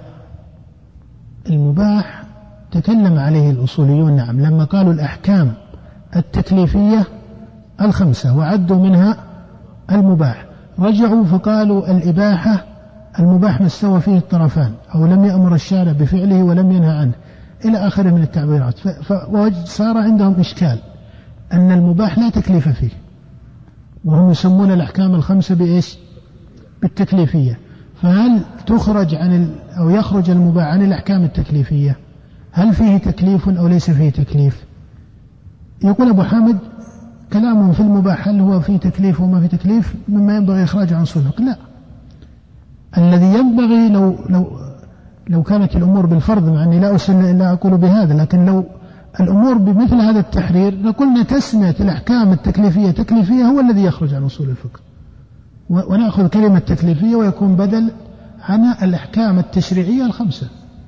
المباح تكلم عليه الأصوليون نعم لما قالوا الأحكام التكليفية الخمسة وعدوا منها المباح، رجعوا فقالوا الإباحة المباح ما استوى فيه الطرفان أو لم يأمر الشارع بفعله ولم ينهى عنه إلى آخر من التعبيرات. فصار عندهم إشكال أن المباح لا تكليف فيه، وهم يسمون الأحكام الخمسة بإيش؟ بالتكليفية. فهل تخرج عن ال... أو يخرج المباح عن الأحكام التكليفية؟ هل فيه تكليف أو ليس فيه تكليف؟ يقول أبو حامد كلامهم في المباح هل هو فيه تكليف وما فيه تكليف مما ينبغي إخراجه عن أصول الفقه. لا، الذي ينبغي لو لو لو كانت الأمور بالفرض، مع أني لا أسن لا أقول بهذا، لكن لو الأمور بمثل هذا التحرير لقلنا تسمية الأحكام التكليفية تكليفية هو الذي يخرج عن أصول الفقه، ونأخذ كلمة تكليفية ويكون بدل عنها الأحكام التشريعية الخمسة.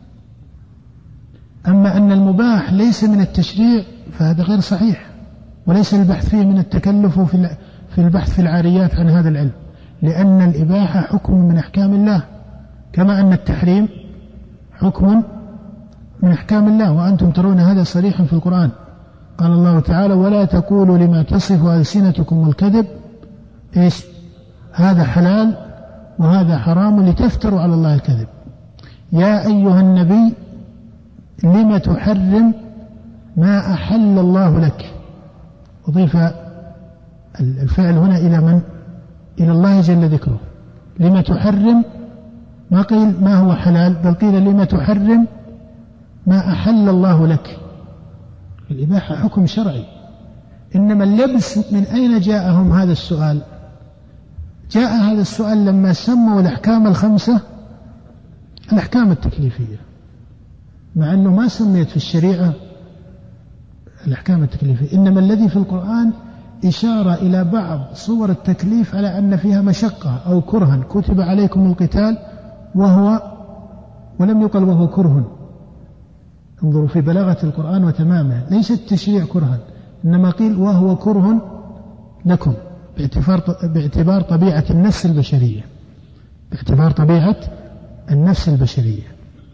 أما أن المباح ليس من التشريع فهذا غير صحيح، وليس البحث فيه من التكلف في البحث في العاريات عن هذا العلم، لأن الإباحة حكم من أحكام الله كما أن التحريم حكم من أحكام الله، وأنتم ترون هذا صريحا في القرآن. قال الله تعالى: ولا تقولوا لما تصف ألسنتكم الكذب إيش هذا حلال وهذا حرام لتفتروا على الله الكذب. يا أيها النبي لم تحرم ما أحل الله لك. أضيف الفعل هنا إلى من؟ إلى الله جل ذكره. لم تحرم ما قيل ما هو حلال، بل قيل لم تحرم ما أحل الله لك. الإباحة حكم شرعي، إنما اللبس من أين جاءهم هذا السؤال؟ جاء هذا السؤال لما سموا الأحكام الخمسة الأحكام التكليفية، مع أنه ما سميت في الشريعة الأحكام التكليفية، إنما الذي في القرآن إشارة إلى بعض صور التكليف على أن فيها مشقة أو كرها. كتب عليكم القتال وهو ولم يقل وهو كره. انظروا في بلاغة القرآن وتمامه، ليس التشريع كرها، إنما قيل وهو كره لكم باعتبار باعتبار طبيعة النفس البشرية باعتبار طبيعة النفس البشرية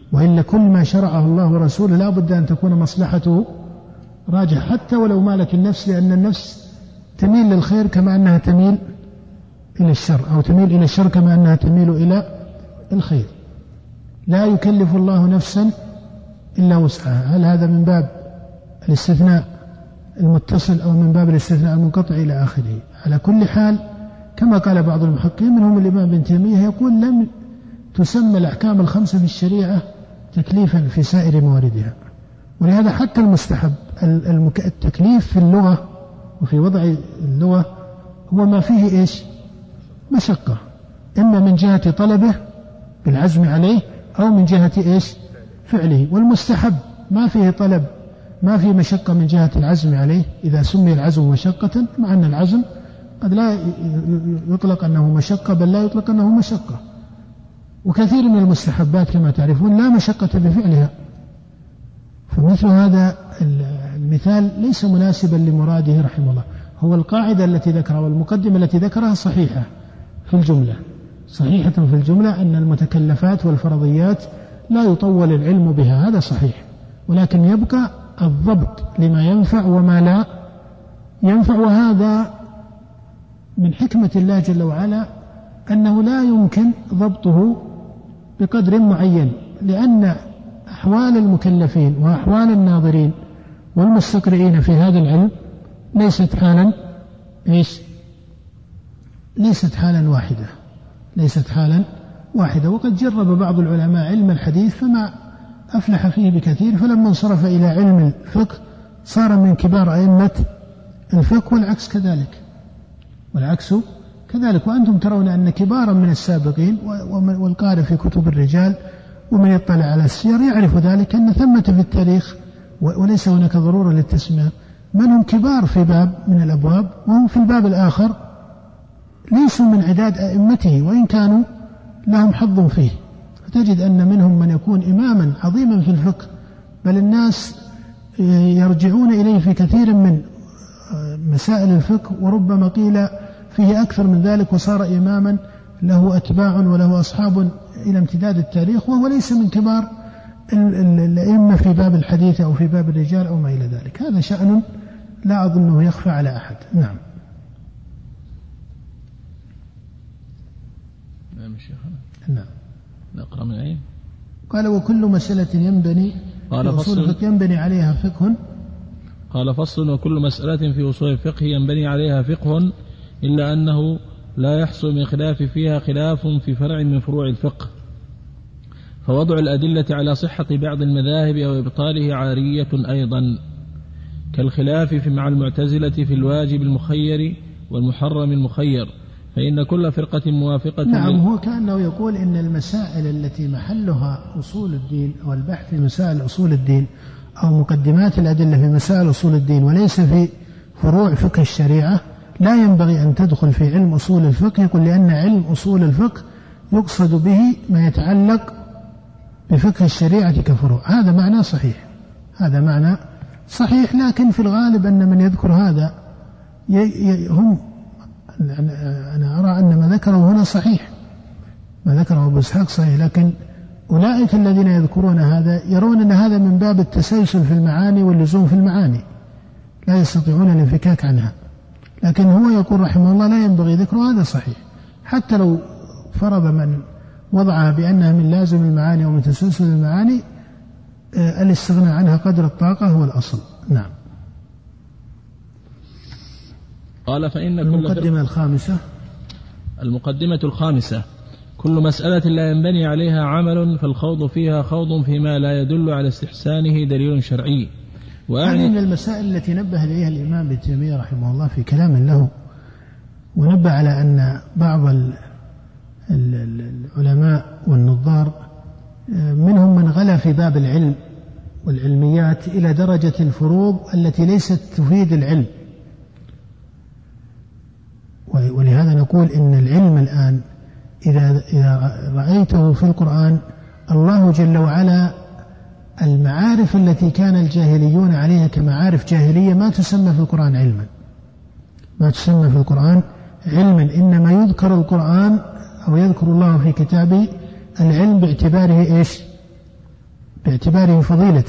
وإلا كل ما شرعه الله ورسوله لا بد أن تكون مصلحته راجح حتى ولو مالت النفس، لأن النفس تميل للخير كما أنها تميل إلى الشر، أو تميل إلى الشر كما أنها تميل إلى الخير. لا يكلف الله نفسا إلا وسعها. هل هذا من باب الاستثناء المتصل أو من باب الاستثناء المنقطع إلى آخره؟ على كل حال كما قال بعض المحققين منهم الإمام ابن تيمية يقول لم تسمى الأحكام الخمسة في الشريعة تكليفا في سائر مواردها، ولهذا حتى المستحب التكليف في اللغة وفي وضع اللغة هو ما فيه إيش؟ مشقة، إما من جهة طلبه بالعزم عليه أو من جهة إيش؟ فعله. والمستحب ما فيه طلب، ما فيه مشقة من جهة العزم عليه، إذا سمي العزم مشقة، مع أن العزم قد لا يطلق أنه مشقة بل لا يطلق أنه مشقة. وكثير من المستحبات كما تعرفون لا مشقة بفعلها، فمثل هذا المثال ليس مناسبا لمراده رحمه الله. هو القاعدة التي ذكرها والمقدمة التي ذكرها صحيحة في الجملة، صحيحة في الجملة أن المتكلفات والفرضيات لا يطول العلم بها، هذا صحيح، ولكن يبقى الضبط لما ينفع وما لا ينفع. وهذا من حكمة الله جل وعلا أنه لا يمكن ضبطه بقدر معين، لأن أحوال المكلفين وأحوال الناظرين والمستقرئين في هذا العلم ليست حالا إيش؟ ليست حالا واحدة، ليست حالا واحدة. وقد جرب بعض العلماء علم الحديث فما أفلح فيه بكثير، فلما انصرف إلى علم الفقه صار من كبار أئمة الفقه، والعكس كذلك، والعكس كذلك. وأنتم ترون أن كبارا من السابقين والقارئ في كتب الرجال ومن يطلع على السير يعرف ذلك، أن ثمة في التاريخ وليس هناك ضرورة للتسمية من هم كبار في باب من الأبواب، وهم في الباب الآخر ليسوا من عداد أئمته وإن كانوا لهم حظ فيه. فتجد أن منهم من يكون إماما عظيما في الفقه، بل الناس يرجعون إليه في كثير من مسائل الفقه، وربما قيل فيه أكثر من ذلك، وصار إماما له أتباع وله أصحاب إلى امتداد التاريخ، وهو ليس من كبار الأئمة في باب الحديث أو في باب الرجال أو ما إلى ذلك. هذا شأن لا أظنه يخفى على أحد. نعم. نعم شيخنا. نعم. نقرأ من أين؟ قال وكل مسألة ينبني في أصول الفقه ينبني عليها فقه. قال فصل وكل مسألة في أصول الفقه ينبني عليها فقه، إلا أنه لا يحصل من خلاف فيها خلاف في فرع من فروع الفقه، فوضع الأدلة على صحة بعض المذاهب أو إبطاله عارية أيضا، كالخلاف في مع المعتزلة في الواجب المخير والمحرم المخير، فإن كل فرقة موافقة. نعم، هو كأنه يقول إن المسائل التي محلها أصول الدين أو البحث في مسائل أصول الدين أو مقدمات الأدلة في مسائل أصول الدين وليس في فروع فقه الشريعة لا ينبغي أن تدخل في علم أصول الفقه. يقول لأن علم أصول الفقه يقصد به ما يتعلق بفقه الشريعة كفروع. هذا معنى صحيح، هذا معنى صحيح، لكن في الغالب أن من يذكر هذا هم، أنا أرى أن ما ذكره هنا صحيح، ما ذكره أبو إسحاق صحيح، لكن أولئك الذين يذكرون هذا يرون أن هذا من باب التسلسل في المعاني واللزوم في المعاني، لا يستطيعون الانفكاك عنها. لكن هو يقول رحمه الله لا ينبغي ذكره، هذا صحيح، حتى لو فرض من وضعها بأنها من لازم المعاني أو من تسلسل المعاني، الاستغناء عنها قدر الطاقة هو الأصل. نعم. قال فإن المقدمة الخامسة المقدمة الخامسة كل مسألة لا ينبني عليها عمل فالخوض فيها خوض فيما لا يدل على استحسانه دليل شرعي. وهذه من المسائل التي نبه إليها الإمام ابن تيمية رحمه الله في كلام له، ونبه على أن بعض العلماء والنظار منهم من غلا في باب العلم والعلميات إلى درجة الفروض التي ليست تفيد العلم. ولهذا نقول إن العلم الآن إذا, إذا رأيته في القرآن، الله جل وعلا المعارف التي كان الجاهليون عليها كمعارف جاهلية ما تسمى في القرآن علما، ما تسمى في القرآن علما، إنما يذكر القرآن أو يذكر الله في كتابه العلم باعتباره إيش؟ باعتباره فضيلة،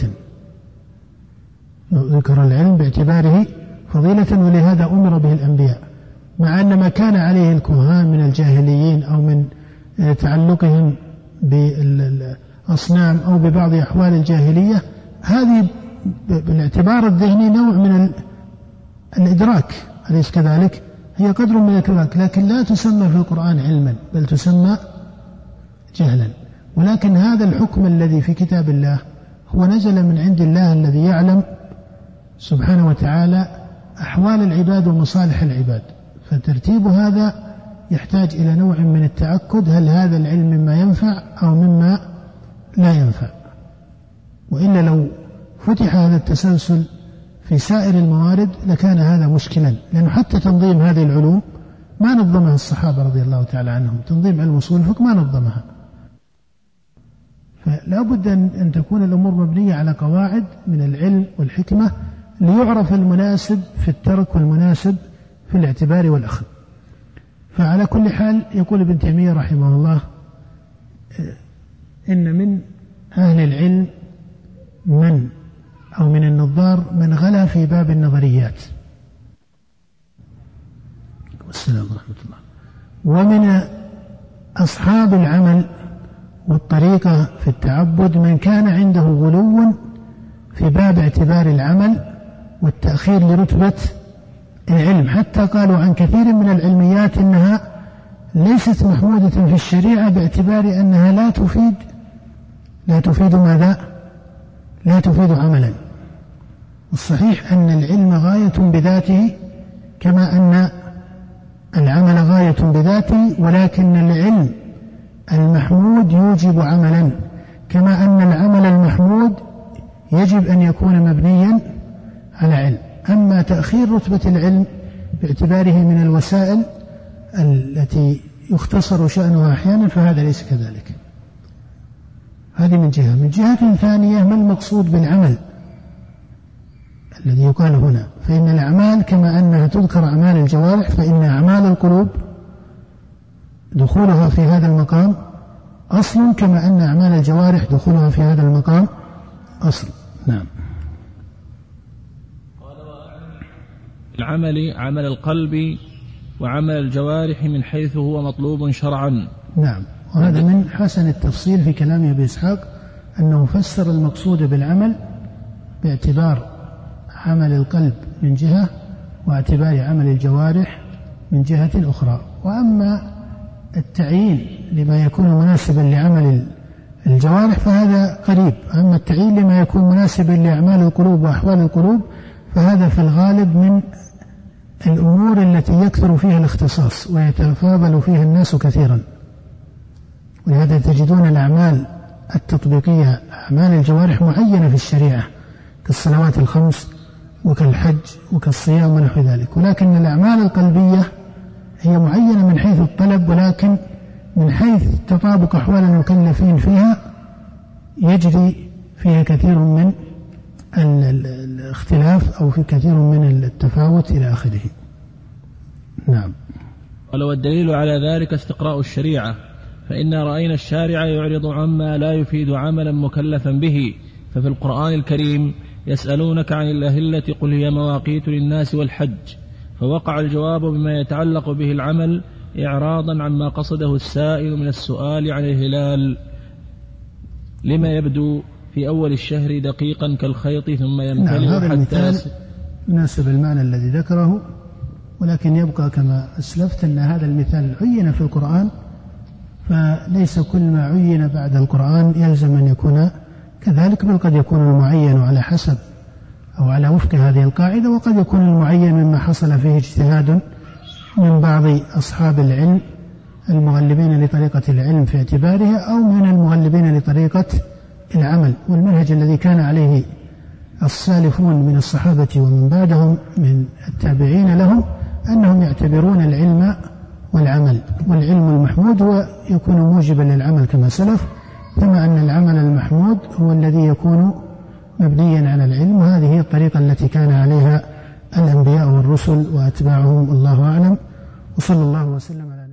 ذكر العلم باعتباره فضيلة، ولهذا أمر به الأنبياء، مع أن ما كان عليه الكهان من الجاهليين أو من تعلقهم بالأصنام أو ببعض أحوال الجاهلية، هذه بالاعتبار الذهني نوع من الإدراك، أليس كذلك؟ هي قدر من الإدراك، لكن لا تسمى في القرآن علما، بل تسمى جهلا. ولكن هذا الحكم الذي في كتاب الله هو نزل من عند الله الذي يعلم سبحانه وتعالى أحوال العباد ومصالح العباد، فترتيب هذا يحتاج إلى نوع من التأكد هل هذا العلم مما ينفع أو مما لا ينفع. وإلا لو فتح هذا التسلسل في سائر الموارد لكان هذا مشكلا، لأنه حتى تنظيم هذه العلوم ما نظمها الصحابة رضي الله تعالى عنهم، تنظيم علم أصول الفقه ما نظمها. فلا بد أن تكون الأمور مبنية على قواعد من العلم والحكمة ليعرف المناسب في الترك والمناسب في الاعتبار والأخذ. فعلى كل حال يقول ابن تيمية رحمه الله إن من أهل العلم من أو من النظار من غلا في باب النظريات، والسلام ورحمة الله، ومن أصحاب العمل والطريقة في التعبد من كان عنده غلو في باب اعتبار العمل والتأخير لرتبة العلم، حتى قالوا عن كثير من العلميات إنها ليست محمودة في الشريعة باعتبار أنها لا تفيد لا تفيد ماذا؟ لا تفيد عملا. والصحيح أن العلم غاية بذاته كما أن العمل غاية بذاته، ولكن العلم المحمود يوجب عملا، كما أن العمل المحمود يجب أن يكون مبنيا على علم. أما تأخير رتبة العلم باعتباره من الوسائل التي يختصر شأنها أحيانا فهذا ليس كذلك. هذه من جهة. من جهة ثانية ما المقصود بالعمل الذي يقال هنا؟ فإن الأعمال كما أنها تذكر أعمال الجوارح فإن أعمال القلوب دخولها في هذا المقام أصل، كما أن أعمال الجوارح دخولها في هذا المقام أصل. نعم. العمل عمل القلب وعمل الجوارح من حيث هو مطلوب شرعا. نعم. وهذا من حسن التفصيل في كلام أبي إسحاق أنه فسر المقصود بالعمل باعتبار عمل القلب من جهة واعتبار عمل الجوارح من جهة أخرى. وأما التعيين لما يكون مناسبا لعمل الجوارح فهذا قريب، أما التعيين لما يكون مناسبا لأعمال القلوب وأحوال القلوب فهذا في الغالب من الأمور التي يكثر فيها الاختصاص ويتفاضل فيها الناس كثيرا. ولهذا تجدون الأعمال التطبيقية أعمال الجوارح معينة في الشريعة كالصلوات الخمس وكالحج وكالصيام ونحو ذلك، ولكن الأعمال القلبية هي معينة من حيث الطلب، ولكن من حيث تطابق أحوال المكلفين فيها يجري فيها كثير من الاختلاف أو في كثير من التفاوت إلى آخره. نعم. ولو الدليل على ذلك استقراء الشريعة، فإنا رأينا الشارع يعرض عما لا يفيد عملا مكلفا به. ففي القرآن الكريم يسألونك عن الأهلة قل هي مواقيت للناس والحج، فوقع الجواب بما يتعلق به العمل إعراضا عما قصده السائل من السؤال عن الهلال، لما يبدو في أول الشهر دقيقا كالخيط ثم يمتلئ. نعم. هذا المثال يناسب المعنى الذي ذكره، ولكن يبقى كما أسلفت أن هذا المثال عين في القرآن، فليس كل ما عين بعد القرآن يلزم أن يكون كذلك، بل قد يكون المعين على حسب أو على وفق هذه القاعدة، وقد يكون المعين مما حصل فيه اجتهاد من بعض أصحاب العلم المغلبين لطريقة العلم في اعتبارها، أو من المغلبين لطريقة العمل. والمنهج الذي كان عليه السالفون من الصحابة ومن بعدهم من التابعين لهم أنهم يعتبرون العلم والعمل، والعلم المحمود هو يكون موجبا للعمل كما سلف، كما أن العمل المحمود هو الذي يكون مبنيا على العلم. وهذه هي الطريقة التي كان عليها الأنبياء والرسل وأتباعهم، الله أعلم. وصلى الله وسلم على